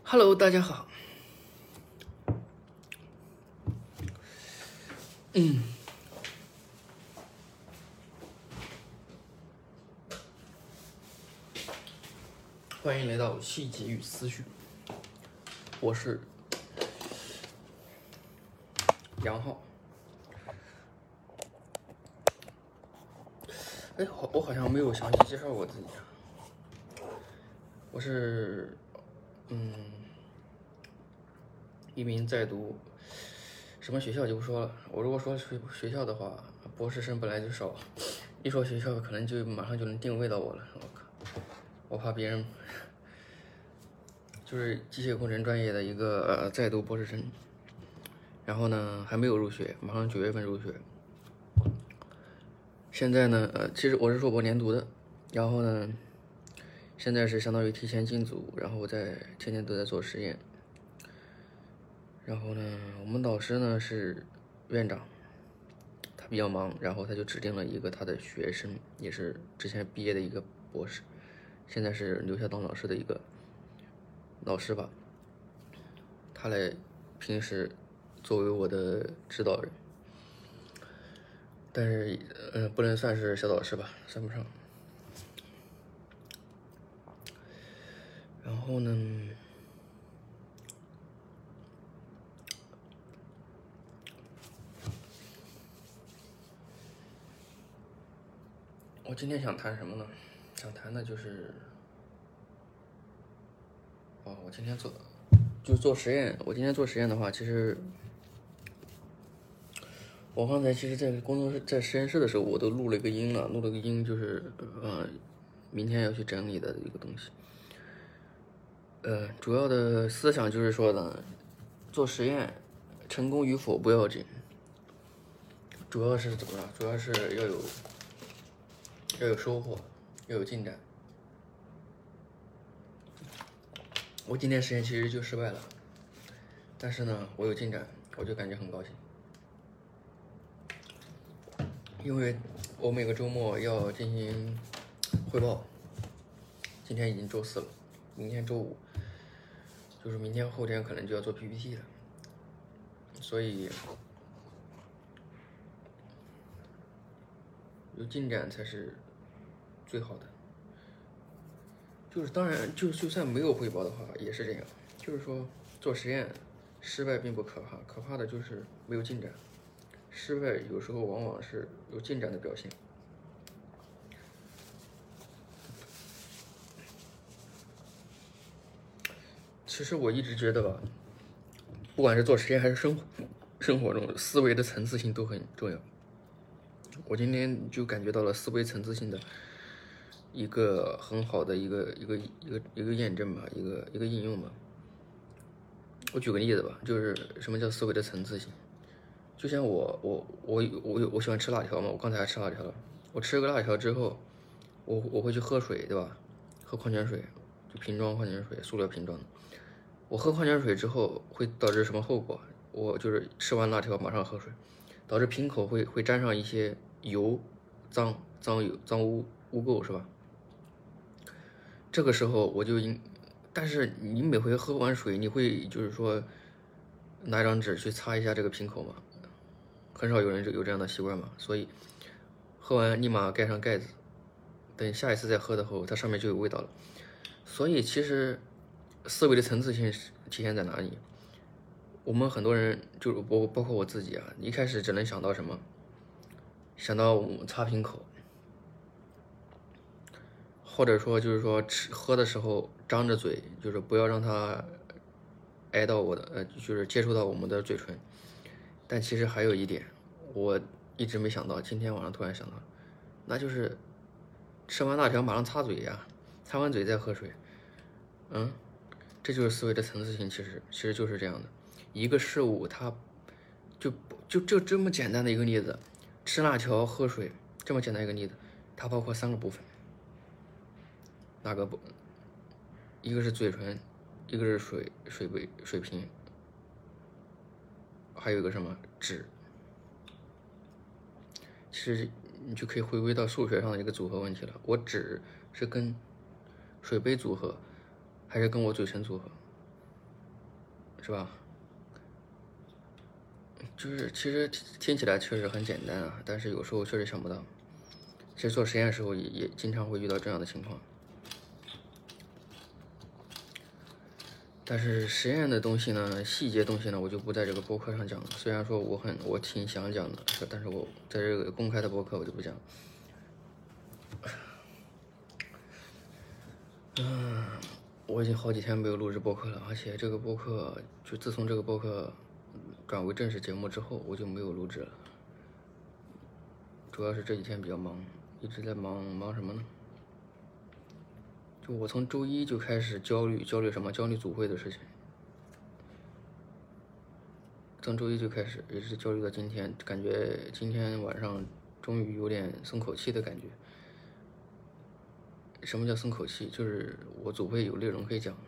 Hello，大家好。欢迎来到细节与思绪，我是杨浩。我好像没有详细介绍我自己。我是一名在读什么学校就不说了。我如果说学校的话，博士生本来就少，一说学校可能就马上就能定位到我了。我靠，我怕别人就是机械工程专业的一个在读博士生，然后呢还没有入学，马上9月份入学。现在呢，其实我是硕博连读的，然后呢，现在是相当于提前进组，然后天天都在做实验。然后呢，我们导师呢是院长，他比较忙，然后他就指定了一个他的学生，也是之前毕业的一个博士，现在是留下当老师的一个老师吧，他来平时作为我的指导人。但是，不能算是小导师吧，算不上。然后呢，我今天想谈什么呢？想谈的就是，我今天做实验。我今天做实验的话，其实我刚才在工作室在实验室的时候，我都录了一个音了，就是明天要去整理的一个东西。主要的思想就是说呢，做实验成功与否不要紧，主要是怎么了？主要是要有收获，要有进展。我今天实验其实就失败了，但是呢，我有进展，我就感觉很高兴。因为我每个周末要进行汇报，今天已经周4了，明天周5，就是明天后天可能就要做 PPT 了，所以有进展才是最好的。就是当然就算没有汇报的话也是这样，就是说做实验失败并不可怕，可怕的就是没有进展。失败有时候往往是有进展的表现。其实我一直觉得吧，不管是做实验还是生活中，思维的层次性都很重要。我今天就感觉到了思维层次性的一个很好的一个验证吧，一个应用吧。我举个例子吧，就是什么叫思维的层次性？就像我喜欢吃辣条嘛，我刚才还吃辣条了。我吃个辣条之后，我会去喝水，对吧？喝矿泉水，就瓶装矿泉水，塑料瓶装的。我喝矿泉水之后会导致什么后果？我就是吃完辣条马上喝水，导致瓶口会沾上一些油、脏污垢，是吧？这个时候但是你每回喝完水，你会就是说拿张纸去擦一下这个瓶口吗？很少有人有这样的习惯嘛，所以喝完立马盖上盖子，等下一次再喝的时候，它上面就有味道了。所以其实思维的层次性体现在哪里？我们很多人就包括我自己啊，一开始只能想到什么？想到擦瓶口，或者说就是说喝的时候张着嘴，就是不要让它挨到就是接触到我们的嘴唇。但其实还有一点，我一直没想到，今天晚上突然想到，那就是吃完辣条马上擦嘴呀，擦完嘴再喝水。这就是思维的层次性，其实就是这样的。一个事物它就这么简单的一个例子，吃辣条喝水这么简单一个例子，它包括3个部分。哪个不？一个是嘴唇，一个是水瓶，还有一个什么纸。其实你就可以回归到数学上的一个组合问题了。我纸是跟水杯组合，还是跟我嘴唇组合？ 是吧？就是其实听起来确实很简单啊，但是有时候确实想不到。其实做实验的时候也经常会遇到这样的情况。但是实验的东西呢，细节东西呢，我就不在这个播客上讲了。虽然说我挺想讲的，但是我在这个公开的播客我就不讲。我已经好几天没有录制播客了，而且这个播客就自从这个播客转为正式节目之后，我就没有录制了。主要是这几天比较忙，一直在忙什么呢？就我从周一就开始焦虑什么？焦虑组会的事情。从周一就开始，一直焦虑到今天，感觉今天晚上终于有点松口气的感觉。什么叫松口气？就是我组会有内容可以讲。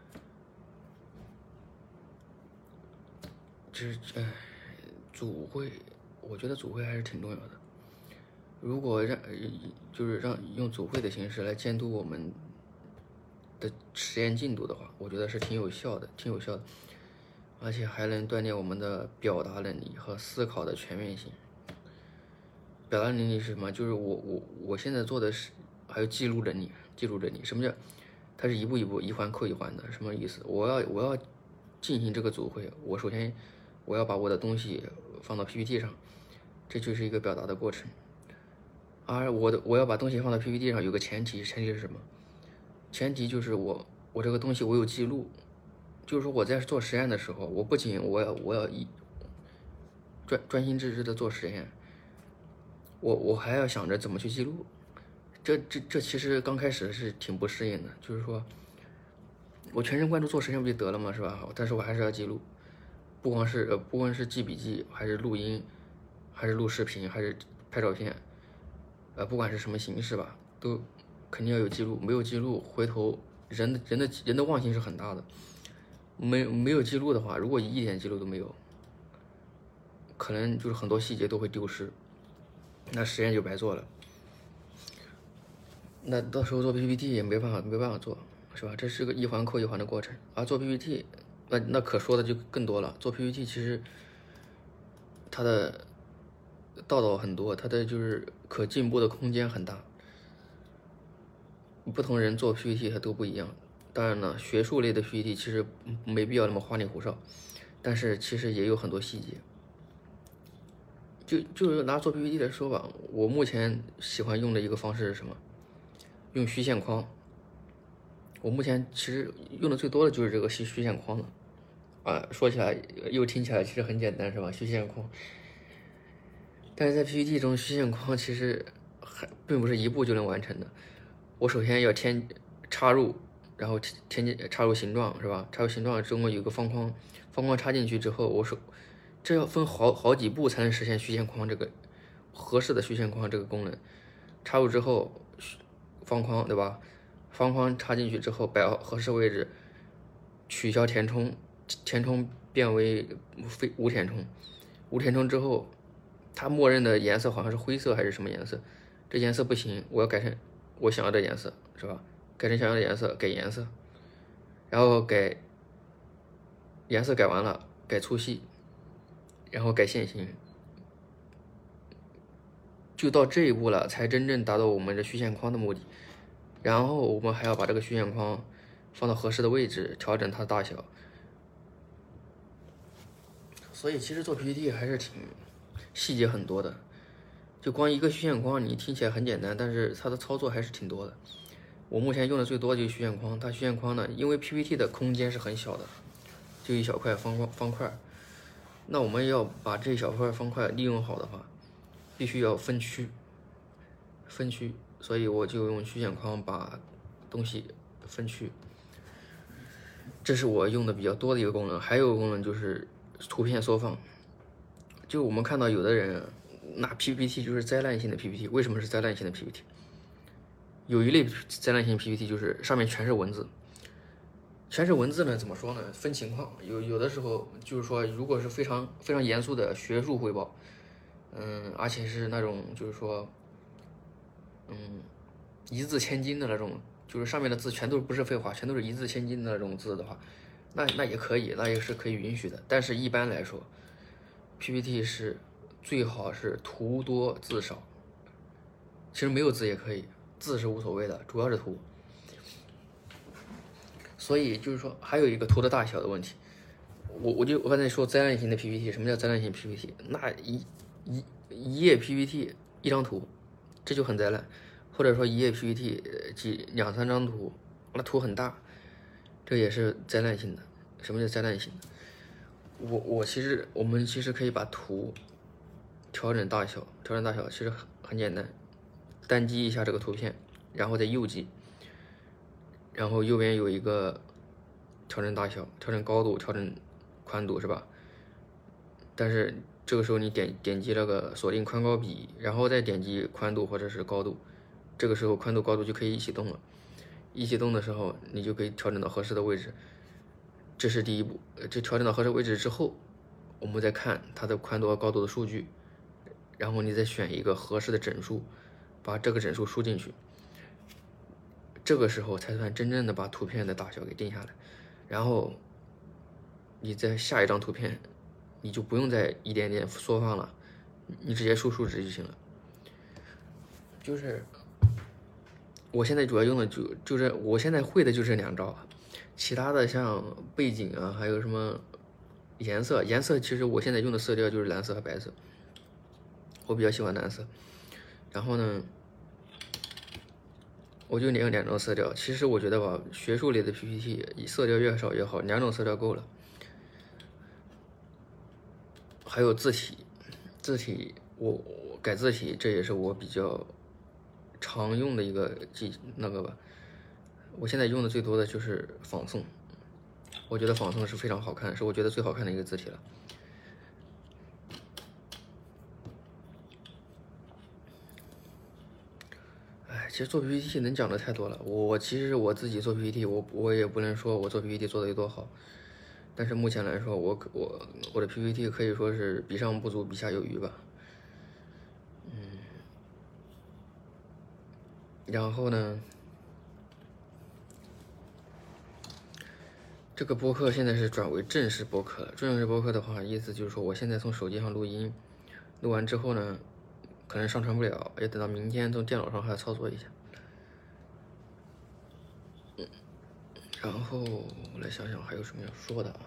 就是组会，我觉得组会还是挺重要的。如果让用组会的形式来监督我们的实验进度的话，我觉得是挺有效的，而且还能锻炼我们的表达能力和思考的全面性。表达能力是什么？就是我现在做的是还有记录能力。什么叫？它是一步一步、一环扣一环的，什么意思？我要进行这个组会，我首先我要把我的东西放到 PPT 上，这就是一个表达的过程。而我要把东西放到 PPT 上，有个前提是什么？前提就是我这个东西我有记录，就是说我在做实验的时候，我不仅我要专心致志的做实验，我还要想着怎么去记录。这其实刚开始是挺不适应的，就是说我全神贯注做实验不就得了嘛，是吧？但是我还是要记录，不光是记笔记，还是录音，还是录视频，还是拍照片，不管是什么形式吧，都肯定要有记录。没有记录，回头人的忘性是很大的。没有记录的话，如果一点记录都没有，可能就是很多细节都会丢失，那实验就白做了。那到时候做 PPT 也没办法做，是吧？这是个一环扣一环的过程。而做 PPT，那可说的就更多了。做 PPT 其实它的道道很多，它的就是可进步的空间很大。不同人做 PPT 它都不一样。当然了，学术类的 PPT 其实没必要那么花里胡哨，但是其实也有很多细节。就是拿做 PPT 来说吧，我目前喜欢用的一个方式是什么？用虚线框。我目前其实用的最多的就是这个虚线框了，说起来又听起来其实很简单，是吧？虚线框，但是在 PPT 中，虚线框其实并不是一步就能完成的。我首先要插入，然后插入形状，是吧？插入形状中有个方框，方框插进去之后，这要分好几步才能实现虚线框这个合适的虚线框这个功能。插入之后，方框，对吧？方框插进去之后，摆合适位置，取消填充，填充变为无填充，无填充之后，它默认的颜色好像是灰色还是什么颜色，这颜色不行，我要改成我想要的颜色，是吧？改成想要的颜色，给颜色，然后颜色改完了，改粗细，然后改线型，就到这一步了，才真正达到我们的虚线框的目的。然后我们还要把这个虚线框放到合适的位置，调整它的大小。所以其实做 PPT 还是挺细节很多的。就光一个虚线框，你听起来很简单，但是它的操作还是挺多的。我目前用的最多就是虚线框。它虚线框呢，因为 PPT 的空间是很小的，就一小块方块。那我们要把这一小块方块利用好的话，必须要分区。所以我就用虚线框把东西分区，这是我用的比较多的一个功能。还有一个功能就是图片缩放。就我们看到有的人拿 PPT 就是灾难性的 PPT， 为什么是灾难性的 PPT？ 有一类灾难性 PPT 就是上面全是文字。全是文字呢，怎么说呢？分情况，有的时候就是说，如果是非常非常严肃的学术汇报，而且是那种就是说，一字千金的那种，就是上面的字全都不是废话，全都是一字千金的那种字的话， 那也可以，那也是可以允许的。但是一般来说，PPT 是最好是图多字少。其实没有字也可以，字是无所谓的，主要是图。所以就是说，还有一个图的大小的问题。我刚才说灾难型的 PPT， 什么叫灾难型 PPT？ 那一页 PPT 一张图，这就很灾难。或者说一页 PPT 两三张图，那图很大，这也是灾难性的。什么叫灾难性的？我们其实可以把图调整大小，其实很简单，单击一下这个图片，然后再右击，然后右边有一个调整大小、调整高度、调整宽度，是吧？但是这个时候你点击那个锁定宽高比，然后再点击宽度或者是高度，这个时候宽度高度就可以一起动了。一起动的时候，你就可以调整到合适的位置。这是第一步。这调整到合适位置之后，我们再看它的宽度和高度的数据，然后你再选一个合适的整数，把这个整数输进去。这个时候才算真正的把图片的大小给定下来。然后你在下一张图片，你就不用再一点点缩放了，你直接输数值就行了。就是我现在主要用的就是我现在会的就这两招，其他的像背景啊，还有什么颜色，其实我现在用的色调就是蓝色和白色，我比较喜欢蓝色。然后呢，我就用两种色调。其实我觉得吧，学术类的 PPT 色调越少越好，两种色调够了。还有字体，我改字体，这也是我比较常用的一个那个吧。我现在用的最多的就是仿宋，我觉得仿宋是非常好看，是我觉得最好看的一个字体了。哎，其实做 PPT 能讲的太多了。其实我自己做 PPT，我也不能说我做 PPT 做的有多好，但是目前来说，我的 PPT 可以说是比上不足，比下有余吧。然后呢，这个播客现在是转为正式播客了。正式播客的话，意思就是说，我现在从手机上录音，录完之后呢，可能上传不了，要等到明天从电脑上还要操作一下。然后我来想想还有什么要说的啊？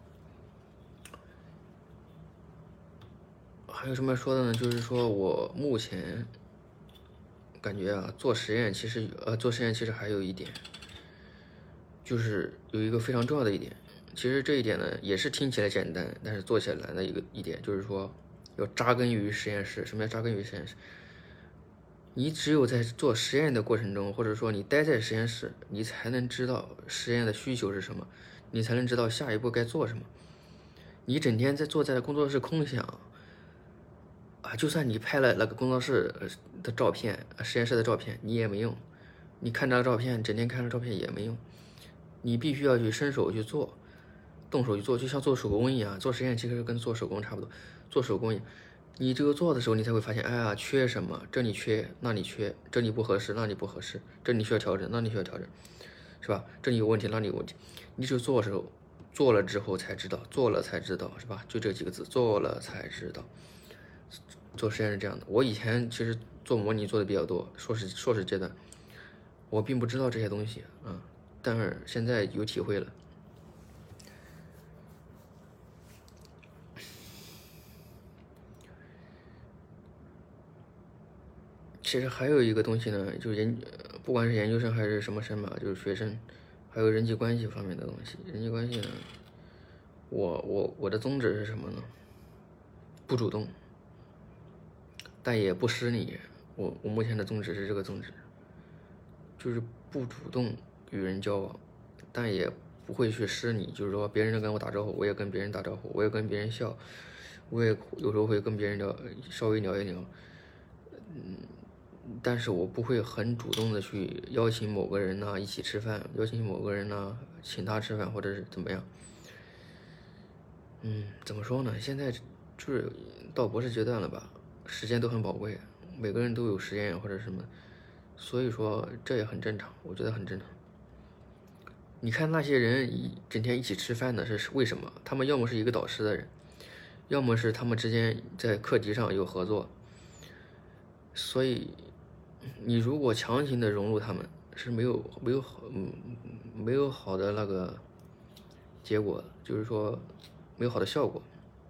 还有什么要说的呢？就是说我目前感觉啊，做实验其实还有一点，就是有一个非常重要的一点。其实这一点呢，也是听起来简单，但是做起来难的一点，就是说要扎根于实验室。什么叫扎根于实验室？你只有在做实验的过程中，或者说你待在实验室，你才能知道实验的需求是什么，你才能知道下一步该做什么。你整天坐在工作室空想啊，就算你拍了那个工作室的照片、实验室的照片，你也没用。你看着照片，整天看着照片也没用。你必须要去伸手去做，动手去做，就像做手工一样。做实验其实跟做手工差不多，做手工一样。你这个做的时候，你才会发现，哎呀，缺什么？这里缺，那里缺，这里不合适，那里不合适，这里需要调整，那里需要调整，是吧？这里有问题，那里有问题。你只有做的时候，做了之后才知道，做了才知道，是吧？就这几个字，做了才知道。做实验是这样的。我以前其实做模拟做的比较多，硕士阶段，我并不知道这些东西啊，但是现在有体会了。其实还有一个东西呢，就是不管是研究生还是什么生吧，就是学生，还有人际关系方面的东西。人际关系呢，我的宗旨是什么呢？不主动，但也不失礼。我目前的宗旨是这个宗旨，就是不主动与人交往，但也不会去失礼。就是说，别人跟我打招呼，我也跟别人打招呼，我也跟别人笑，我也有时候会跟别人稍微聊一聊。但是我不会很主动的去邀请某个人一起吃饭，邀请某个人请他吃饭，或者是怎么样。怎么说呢？现在就是到博士阶段了吧，时间都很宝贵，每个人都有实验或者什么，所以说这也很正常，我觉得很正常。 你看那些人整天一起吃饭的是为什么？他们要么是一个导师的人，要么是他们之间在课题上有合作。所以，你如果强行的融入他们，是没有好的那个结果，就是说没有好的效果。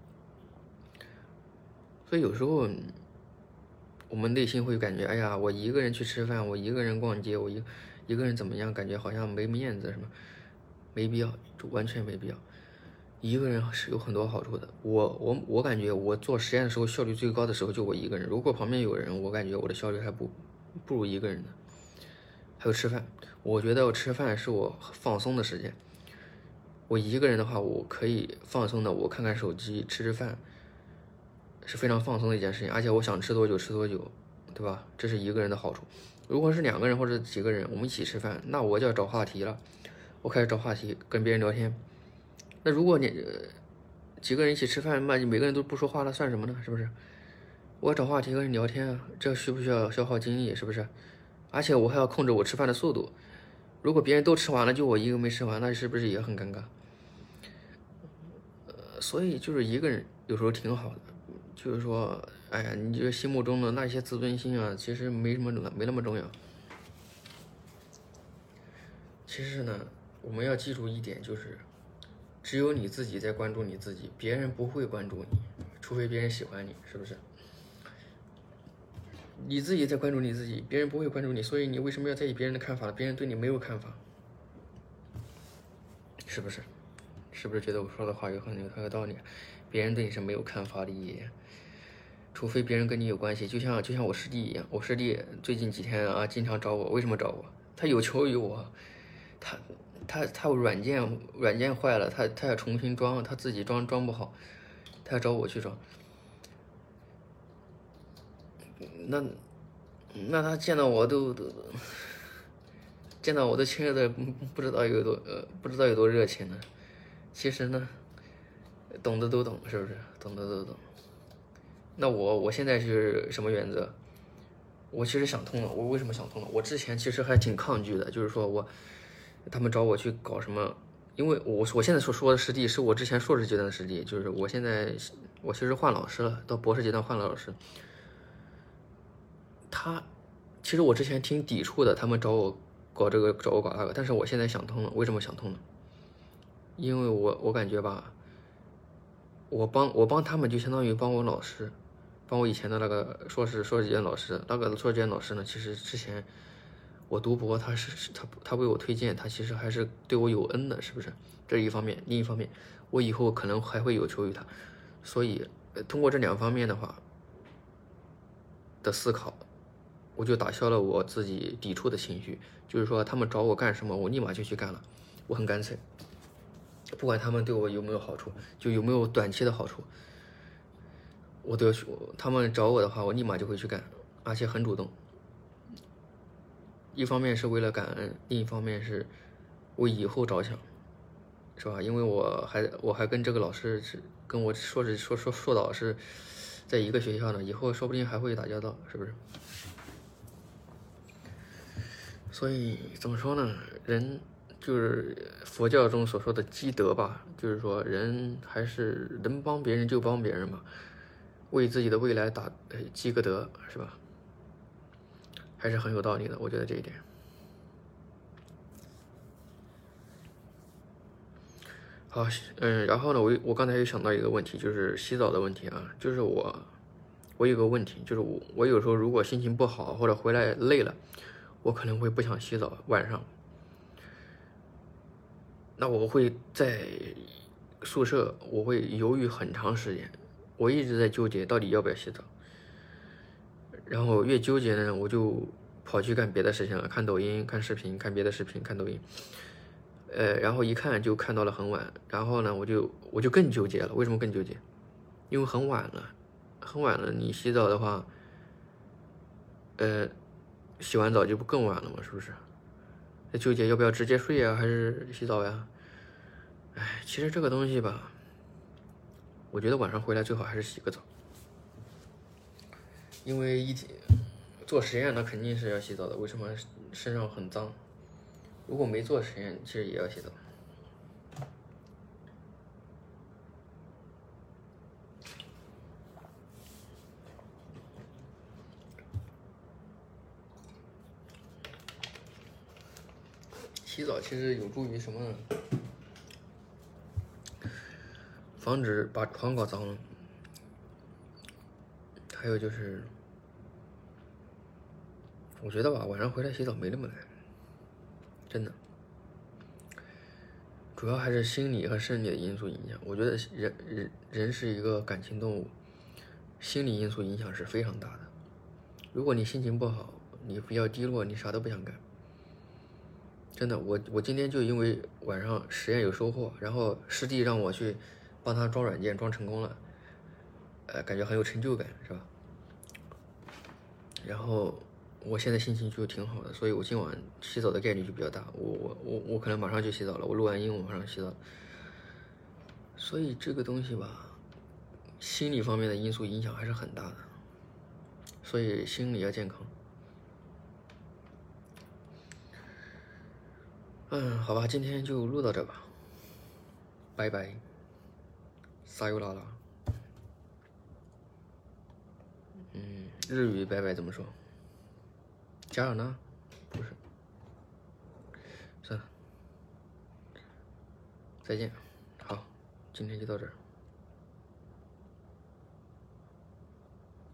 所以有时候我们内心会感觉，哎呀，我一个人去吃饭，我一个人逛街，我一个人怎么样，感觉好像没面子什么，没必要，就完全没必要。一个人是有很多好处的。我感觉我做实验的时候效率最高的时候就我一个人，如果旁边有人，我感觉我的效率还不如一个人呢。还有吃饭，我觉得我吃饭是我放松的时间。我一个人的话，我可以放松的，我看看手机，吃吃饭，是非常放松的一件事情。而且我想吃多久吃多久，对吧？这是一个人的好处。如果是2个人或者几个人，我们一起吃饭，那我就要找话题了。我开始找话题，跟别人聊天。那如果你几个人一起吃饭，那你每个人都不说话，那算什么呢？是不是？我找话题跟人聊天啊，这需不需要消耗精力？是不是？而且我还要控制我吃饭的速度。如果别人都吃完了，就我一个没吃完，那是不是也很尴尬？所以就是一个人有时候挺好的，就是说，哎呀，你这心目中的那些自尊心啊，其实没那么重要。其实呢，我们要记住一点，就是只有你自己在关注你自己，别人不会关注你，除非别人喜欢你，是不是？你自己在关注你自己，别人不会关注你，所以你为什么要在意别人的看法？别人对你没有看法，是不是？是不是觉得我说的话有很有道理？别人对你是没有看法的，除非别人跟你有关系。就像我师弟一样，我师弟最近几天啊，经常找我，为什么找我？他有求于我，他软件坏了，他要重新装，他自己装不好，他要找我去装。那他见到我都亲热的不知道有多热情呢。其实呢，懂的都懂，是不是？懂的都懂。那我现在是什么原则？我其实想通了。我为什么想通了？我之前其实还挺抗拒的，就是说他们找我去搞什么，因为我现在所说的师弟是我之前硕士阶段的师弟，就是我其实换老师了，到博士阶段换了老师。其实我之前挺抵触的，他们找我搞这个，找我搞那个，但是我现在想通了。为什么想通了？因为我感觉吧，我帮他们就相当于帮我老师，帮我以前的那个硕士阶段老师。那个硕士阶段老师呢，其实之前我读博，他为我推荐，他其实还是对我有恩的，是不是？这是一方面，另一方面，我以后可能还会有求于他，所以通过这2方面的话的思考，我就打消了我自己抵触的情绪。就是说他们找我干什么，我立马就去干了，我很干脆。不管他们对我有没有好处，就有没有短期的好处，我都要去。他们找我的话，我立马就会去干，而且很主动。一方面是为了感恩，另一方面是为以后着想，是吧？因为我还跟这个老师是跟我硕导是在一个学校呢，以后说不定还会打交道，是不是？所以怎么说呢？人就是佛教中所说的积德吧，就是说人还是能帮别人就帮别人嘛，为自己的未来积个德，是吧？还是很有道理的，我觉得这一点。好，然后呢，我刚才又想到一个问题，就是洗澡的问题啊，就是我有个问题，就是我有时候如果心情不好或者回来累了，我可能会不想洗澡，晚上。那我会在宿舍，我会犹豫很长时间，我一直在纠结到底要不要洗澡。然后越纠结呢，我就跑去干别的事情了，看抖音、看视频、看别的视频、看抖音。然后一看就看到了很晚，然后呢，我就更纠结了。为什么更纠结？因为很晚了，很晚了，你洗澡的话，洗完澡就不更晚了吗？是不是？在纠结要不要直接睡啊，还是洗澡呀？哎，其实这个东西吧，我觉得晚上回来最好还是洗个澡，因为做实验那肯定是要洗澡的。为什么？身上很脏， 如果没做实验，其实也要洗澡。洗澡其实有助于什么呢？防止把床搞脏了。还有就是，我觉得吧，晚上回来洗澡没那么难，真的。主要还是心理和生理的因素影响。我觉得人是一个感情动物，心理因素影响是非常大的。如果你心情不好，你比较低落，你啥都不想干。真的，我今天就因为晚上实验有收获，然后师弟让我去帮他装软件，装成功了，感觉很有成就感，是吧？然后我现在心情就挺好的，所以我今晚洗澡的概率就比较大。我可能马上就洗澡了，我录完音我马上洗澡。所以这个东西吧，心理方面的因素影响还是很大的，所以心理要健康。好吧，今天就录到这吧，拜拜，撒由那拉。日语拜拜怎么说？加尔呢？不是，算了，再见。好，今天就到这儿。